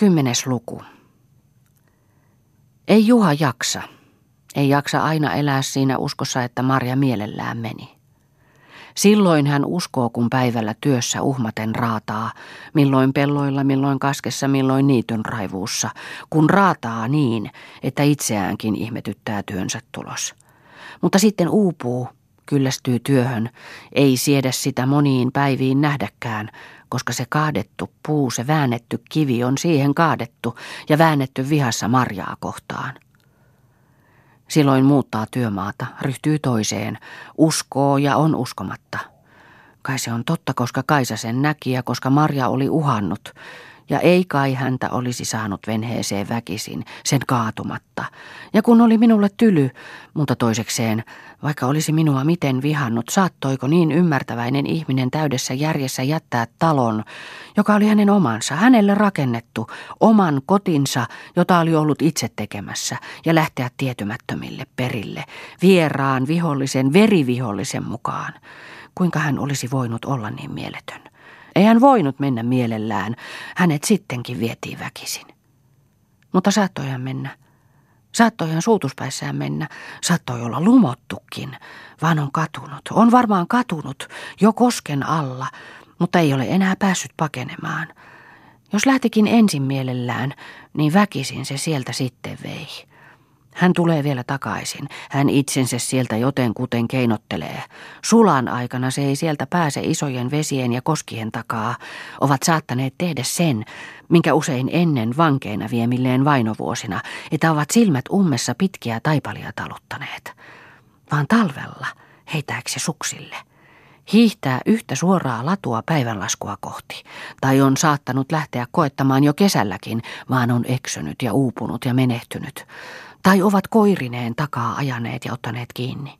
10. luku. Ei Juha jaksa. Ei jaksa aina elää siinä uskossa, että Marja mielellään meni. Silloin hän uskoo, kun päivällä työssä uhmaten raataa, milloin pelloilla, milloin kaskessa, milloin niityn raivuussa, kun raataa niin, että itseäänkin ihmetyttää työnsä tulos. Mutta sitten uupuu, kyllästyy työhön, ei siedä sitä moniin päiviin nähdäkään, koska se kaadettu puu, se väännetty kivi on siihen kaadettu ja väännetty vihassa Marjaa kohtaan. Silloin muuttaa työmaata, ryhtyy toiseen, uskoo ja on uskomatta. Kai se on totta, koska Kaisa sen näki ja koska Marja oli uhannut. Ja ei kai häntä olisi saanut venheeseen väkisin, sen kaatumatta. Ja kun oli minulle tyly, mutta toisekseen, vaikka olisi minua miten vihannut, saattoiko niin ymmärtäväinen ihminen täydessä järjessä jättää talon, joka oli hänen omansa, hänelle rakennettu, oman kotinsa, jota oli ollut itse tekemässä, ja lähteä tietymättömille perille, vieraan vihollisen, verivihollisen mukaan. Kuinka hän olisi voinut olla niin mieletön? Ei hän voinut mennä mielellään, hänet sittenkin vietiin väkisin. Mutta saattoi hän mennä. Saattoi hän suutuspäissään mennä, saattoi olla lumottukin, vaan on katunut. On varmaan katunut jo kosken alla, mutta ei ole enää päässyt pakenemaan. Jos lähtikin ensin mielellään, niin väkisin se sieltä sitten vei. Hän tulee vielä takaisin. Hän itsensä sieltä jotenkuten keinottelee. Sulan aikana se ei sieltä pääse isojen vesien ja koskien takaa. Ovat saattaneet tehdä sen, minkä usein ennen vankeina viemilleen vainovuosina, että ovat silmät ummessa pitkiä taipalia taluttaneet. Vaan talvella heitääkö se suksille? Hiihtää yhtä suoraa latua päivänlaskua kohti. Tai on saattanut lähteä koettamaan jo kesälläkin, vaan on eksönyt ja uupunut ja menehtynyt. Tai ovat koirineen takaa ajaneet ja ottaneet kiinni.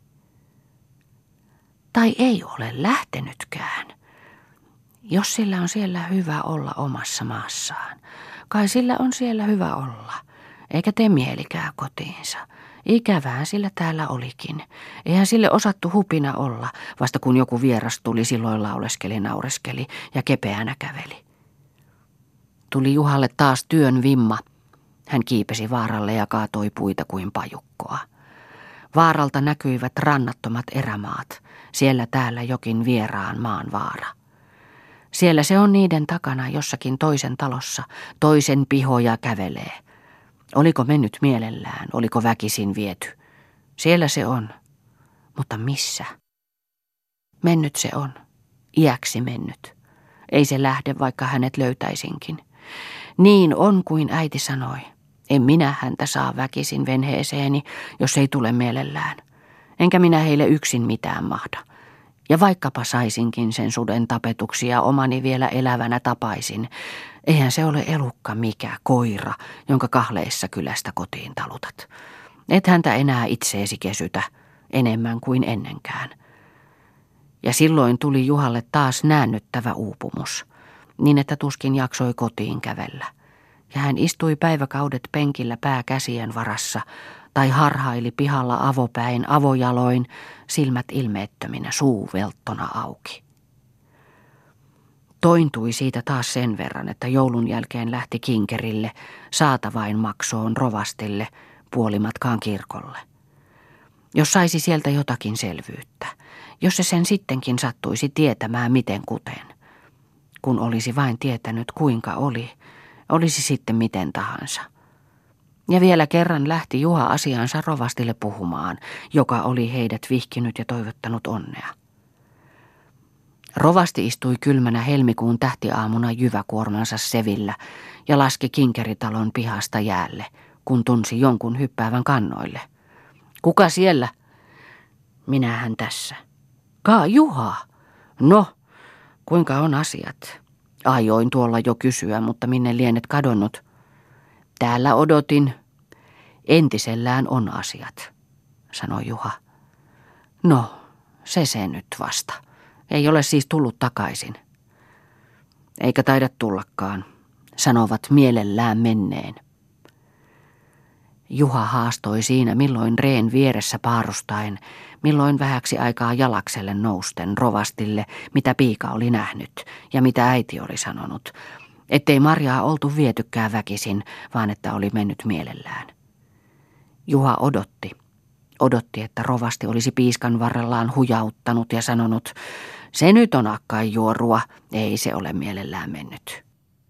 Tai ei ole lähtenytkään. Jos sillä on siellä hyvä olla omassa maassaan, kai sillä on siellä hyvä olla, eikä tee mielikään kotiinsa. Ikävään sillä täällä olikin. Eihän sille osattu hupina olla, vasta kun joku vieras tuli, silloin lauleskeli, naureskeli ja kepeänä käveli. Tuli Juhalle taas työn vimma. Hän kiipesi vaaralle ja kaatoi puita kuin pajukkoa. Vaaralta näkyivät rannattomat erämaat, siellä täällä jokin vieraan maan vaara. Siellä se on niiden takana jossakin toisen talossa, toisen pihoja kävelee. Oliko mennyt mielellään, oliko väkisin viety? Siellä se on, mutta missä? Mennyt se on, iäksi mennyt. Ei se lähde, vaikka hänet löytäisinkin. Niin on kuin äiti sanoi. En minä häntä saa väkisin venheeseeni, jos ei tule mielellään. Enkä minä heille yksin mitään mahda. Ja vaikkapa saisinkin sen suden tapetuksi ja omani vielä elävänä tapaisin, eihän se ole elukka mikä koira, jonka kahleissa kylästä kotiin talutat. Et häntä enää itseesi kesytä, enemmän kuin ennenkään. Ja silloin tuli Juhalle taas näännyttävä uupumus, niin että tuskin jaksoi kotiin kävellä. Ja hän istui päiväkaudet penkillä pää käsien varassa, tai harhaili pihalla avopäin, avojaloin, silmät ilmeettöminä, suu velttona auki. Tointui siitä taas sen verran, että joulun jälkeen lähti kinkerille, saatavain maksoon rovastille, puolimatkaan kirkolle. Jos saisi sieltä jotakin selvyyttä, jos se sen sittenkin sattuisi tietämään miten kuten. Kun olisi vain tietänyt kuinka oli, olisi sitten miten tahansa. Ja vielä kerran lähti Juha asiansa rovastille puhumaan, joka oli heidät vihkinyt ja toivottanut onnea. Rovasti istui kylmänä helmikuun tähtiaamuna jyväkuormansa sevillä ja laski kinkeritalon pihasta jäälle, kun tunsi jonkun hyppäävän kannoille. Kuka siellä? Minähän tässä. Juha. No, kuinka on asiat? Aioin tuolla jo kysyä, mutta minne lienet kadonnut? Täällä odotin. Entisellään on asiat, sanoi Juha. No, se nyt vasta. Ei ole siis tullut takaisin. Eikä taida tullakaan, sanovat mielellään menneen. Juha haastoi siinä milloin reen vieressä paarustain, milloin vähäksi aikaa jalakselle nousten rovastille, mitä piika oli nähnyt ja mitä äiti oli sanonut. Ettei Marjaa oltu vietykään väkisin, vaan että oli mennyt mielellään. Juha odotti, että rovasti olisi piiskan varrellaan hujauttanut ja sanonut, se nyt on akkai juorua, ei se ole mielellään mennyt.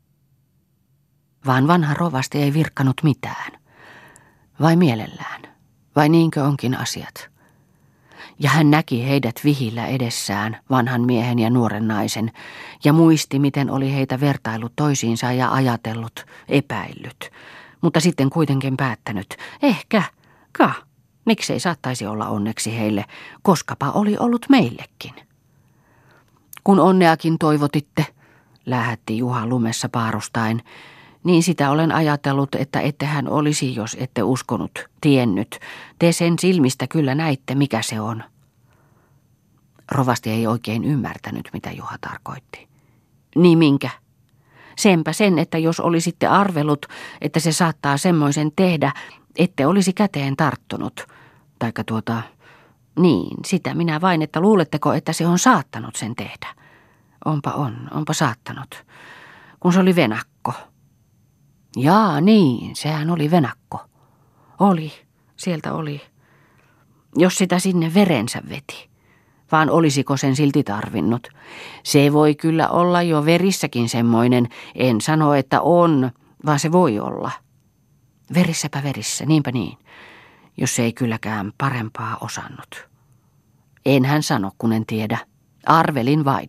Vaan vanha rovasti ei virkkanut mitään. Vai mielellään? Vai niinkö onkin asiat? Ja hän näki heidät vihillä edessään, vanhan miehen ja nuoren naisen, ja muisti, miten oli heitä vertaillut toisiinsa ja ajatellut, epäillyt, mutta sitten kuitenkin päättänyt, miksei saattaisi olla onneksi heille, koskapa oli ollut meillekin. Kun onneakin toivotitte, lähetti Juha lumessa paarustain, niin sitä olen ajatellut, että ettehän olisi, jos ette uskonut, tiennyt. Te sen silmistä kyllä näitte, mikä se on. Rovasti ei oikein ymmärtänyt, mitä Juha tarkoitti. Niin minkä? Senpä sen, että jos olisitte arvellut, että se saattaa semmoisen tehdä, ette olisi käteen tarttunut. Taikka niin, sitä minä vain, että luuletteko, että se on saattanut sen tehdä. Onpa saattanut. Kun se oli venakko. Jaa, niin, sehän oli venakko. Sieltä oli. Jos sitä sinne verensä veti. Vaan olisiko sen silti tarvinnut? Se voi kyllä olla jo verissäkin semmoinen. En sano, että on, vaan se voi olla. Verissäpä verissä, niinpä niin. Jos se ei kylläkään parempaa osannut. En hän sano, kun en tiedä. Arvelin vain.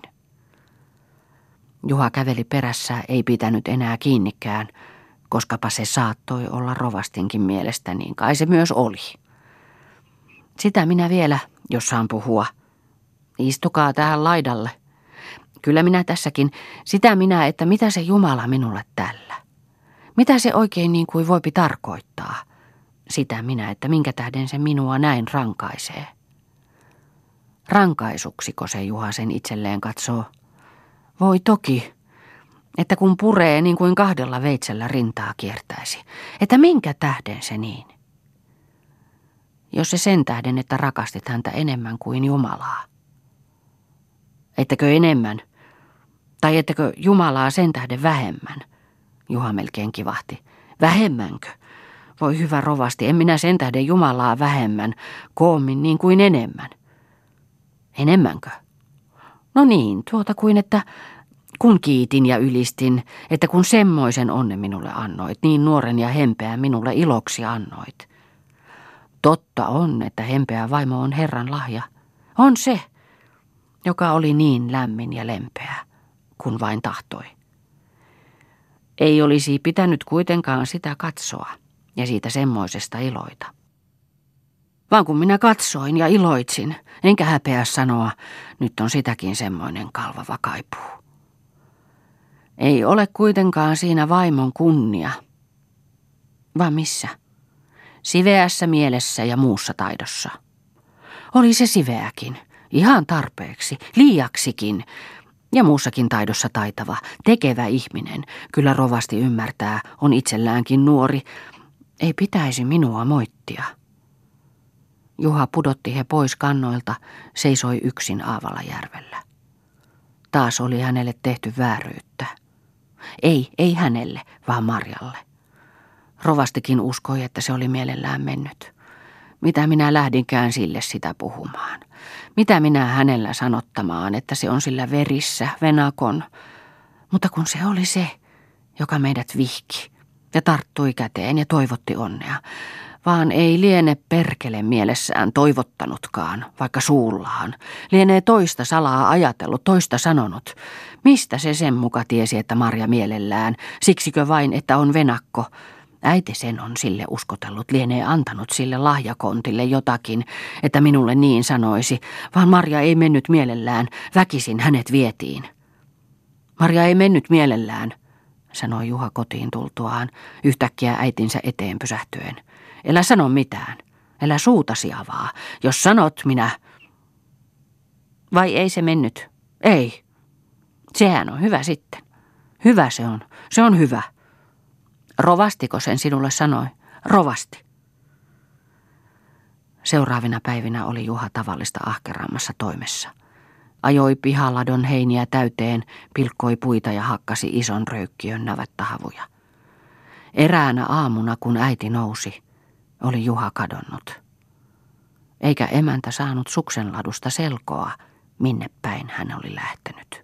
Juha käveli perässä, ei pitänyt enää kiinnikään, koskapa se saattoi olla rovastinkin mielestä, niin kai se myös oli. Sitä minä vielä, jos saan puhua. Istukaa tähän laidalle. Kyllä minä tässäkin, sitä minä, että mitä se Jumala minulle tällä. Mitä se oikein niin kuin voipi tarkoittaa. Sitä minä, että minkä tähden se minua näin rankaisee. Rankaisuksiko se Juha sen itselleen katsoo? Voi toki, että kun puree niin kuin 2 veitsellä rintaa kiertäisi, että minkä tähden se niin? Jos se sen tähden, että rakastit häntä enemmän kuin Jumalaa. Ettäkö enemmän? Tai ettäkö Jumalaa sen tähden vähemmän? Juha melkein kivahti. Vähemmänkö? Voi hyvä rovasti, en minä sen tähden Jumalaa vähemmän, koommin niin kuin enemmän. Enemmänkö? No niin, kuin että kun kiitin ja ylistin, että kun semmoisen onnen minulle annoit, niin nuoren ja hempeän minulle iloksi annoit. Totta on, että hempeä vaimo on Herran lahja. On se, joka oli niin lämmin ja lempeä, kun vain tahtoi. Ei olisi pitänyt kuitenkaan sitä katsoa ja siitä semmoisesta iloita. Vaan kun minä katsoin ja iloitsin, enkä häpeä sanoa, nyt on sitäkin semmoinen kalvava kaipuu. Ei ole kuitenkaan siinä vaimon kunnia. Vaan missä? Siveässä mielessä ja muussa taidossa. Oli se siveäkin, ihan tarpeeksi, liiaksikin, ja muussakin taidossa taitava, tekevä ihminen. Kyllä rovasti ymmärtää, on itselläänkin nuori. Ei pitäisi minua moittia. Juha pudotti he pois kannoilta, seisoi yksin Aavalajärvellä. Taas oli hänelle tehty vääryyttä. Ei hänelle, vaan Marjalle. Rovastikin uskoi, että se oli mielellään mennyt. Mitä minä lähdinkään sille sitä puhumaan? Mitä minä hänellä sanottamaan, että se on sillä verissä, venakon? Mutta kun se oli se, joka meidät vihki ja tarttui käteen ja toivotti onnea, vaan ei liene perkele mielessään toivottanutkaan, vaikka suullaan. Lienee toista salaa ajatellut, toista sanonut. Mistä se sen muka tiesi, että Marja mielellään, siksikö vain, että on venakko? Äiti sen on sille uskotellut, lienee antanut sille lahjakontille jotakin, että minulle niin sanoisi, vaan Marja ei mennyt mielellään, väkisin hänet vietiin. Marja ei mennyt mielellään, sanoi Juha kotiin tultuaan, yhtäkkiä äitinsä eteen pysähtyen. Älä sano mitään, älä suutasi avaa, jos sanot minä. Vai ei se mennyt? Ei. Sehän on hyvä sitten. Hyvä se on hyvä. Rovastiko sen sinulle sanoi? Rovasti. Seuraavina päivinä oli Juha tavallista ahkerammassa toimessa. Ajoi pihaladon heiniä täyteen, pilkkoi puita ja hakkasi ison röykkiön navettahavuja. Eräänä aamuna, kun äiti nousi, oli Juha kadonnut. Eikä emäntä saanut suksenladusta selkoa, minne päin hän oli lähtenyt.